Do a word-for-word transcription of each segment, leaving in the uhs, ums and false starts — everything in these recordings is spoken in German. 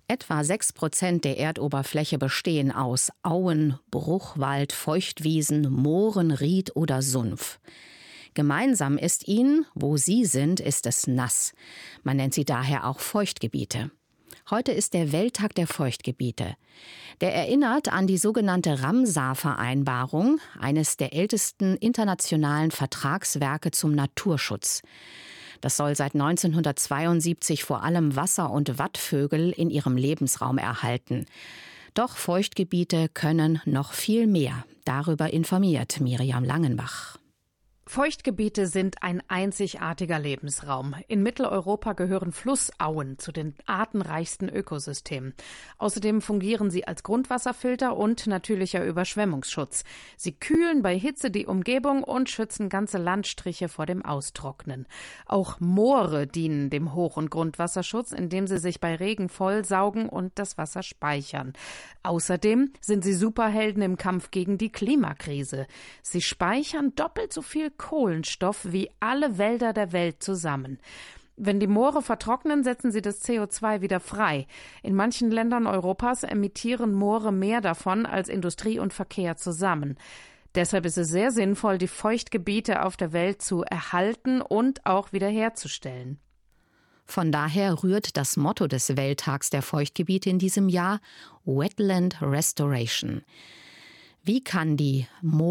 Etwa sechs Prozent der Erdoberfläche bestehen aus Auen, Bruchwald, Feuchtwiesen, Mooren, Ried oder Sumpf. Gemeinsam ist ihnen, wo sie sind, ist es nass. Man nennt sie daher auch Feuchtgebiete. Heute ist der Welttag der Feuchtgebiete. Der erinnert an die sogenannte Ramsar-Vereinbarung, eines der ältesten internationalen Vertragswerke zum Naturschutz. Das soll seit neunzehnhundertzweiundsiebzig vor allem Wasser- und Wattvögel in ihrem Lebensraum erhalten. Doch Feuchtgebiete können noch viel mehr. Darüber informiert Miriam Langenbach. Feuchtgebiete sind ein einzigartiger Lebensraum. In Mitteleuropa gehören Flussauen zu den artenreichsten Ökosystemen. Außerdem fungieren sie als Grundwasserfilter und natürlicher Überschwemmungsschutz. Sie kühlen bei Hitze die Umgebung und schützen ganze Landstriche vor dem Austrocknen. Auch Moore dienen dem Hoch- und Grundwasserschutz, indem sie sich bei Regen vollsaugen und das Wasser speichern. Außerdem sind sie Superhelden im Kampf gegen die Klimakrise. Sie speichern doppelt so viel Kohlenstoff wie alle Wälder der Welt zusammen. Wenn die Moore vertrocknen, setzen sie das C O zwei wieder frei. In manchen Ländern Europas emittieren Moore mehr davon als Industrie und Verkehr zusammen. Deshalb ist es sehr sinnvoll, die Feuchtgebiete auf der Welt zu erhalten und auch wiederherzustellen. Von daher rührt das Motto des Welttags der Feuchtgebiete in diesem Jahr Wetland Restoration. Wie kann die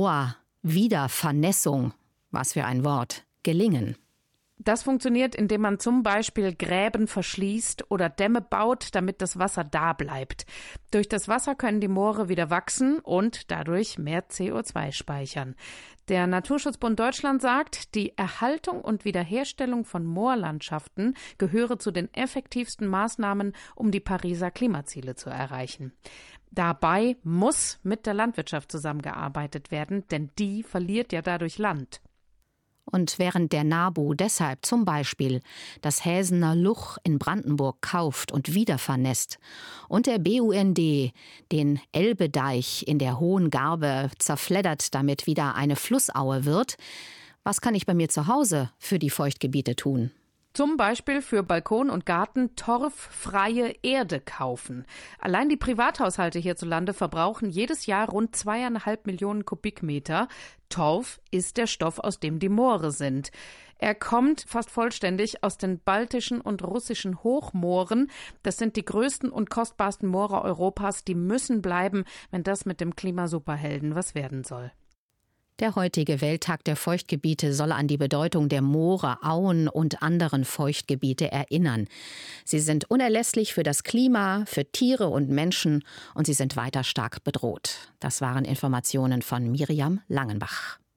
Moor-Wiedervernässung, was für ein Wort, gelingen? Das funktioniert, indem man zum Beispiel Gräben verschließt oder Dämme baut, damit das Wasser da bleibt. Durch das Wasser können die Moore wieder wachsen und dadurch mehr C O zwei speichern. Der Naturschutzbund Deutschland sagt, die Erhaltung und Wiederherstellung von Moorlandschaften gehöre zu den effektivsten Maßnahmen, um die Pariser Klimaziele zu erreichen. Dabei muss mit der Landwirtschaft zusammengearbeitet werden, denn die verliert ja dadurch Land. Und während der NABU deshalb zum Beispiel das Häsener Luch in Brandenburg kauft und wieder vernässt und der B U N D den Elbedeich in der Hohen Garbe zerfleddert, damit wieder eine Flussaue wird, was kann ich bei mir zu Hause für die Feuchtgebiete tun? Zum Beispiel für Balkon und Garten torffreie Erde kaufen. Allein die Privathaushalte hierzulande verbrauchen jedes Jahr rund zweieinhalb Millionen Kubikmeter. Torf ist der Stoff, aus dem die Moore sind. Er kommt fast vollständig aus den baltischen und russischen Hochmooren. Das sind die größten und kostbarsten Moore Europas. Die müssen bleiben, wenn das mit dem Klimasuperhelden was werden soll. Der heutige Welttag der Feuchtgebiete soll an die Bedeutung der Moore, Auen und anderen Feuchtgebiete erinnern. Sie sind unerlässlich für das Klima, für Tiere und Menschen und sie sind weiter stark bedroht. Das waren Informationen von Miriam Langenbach.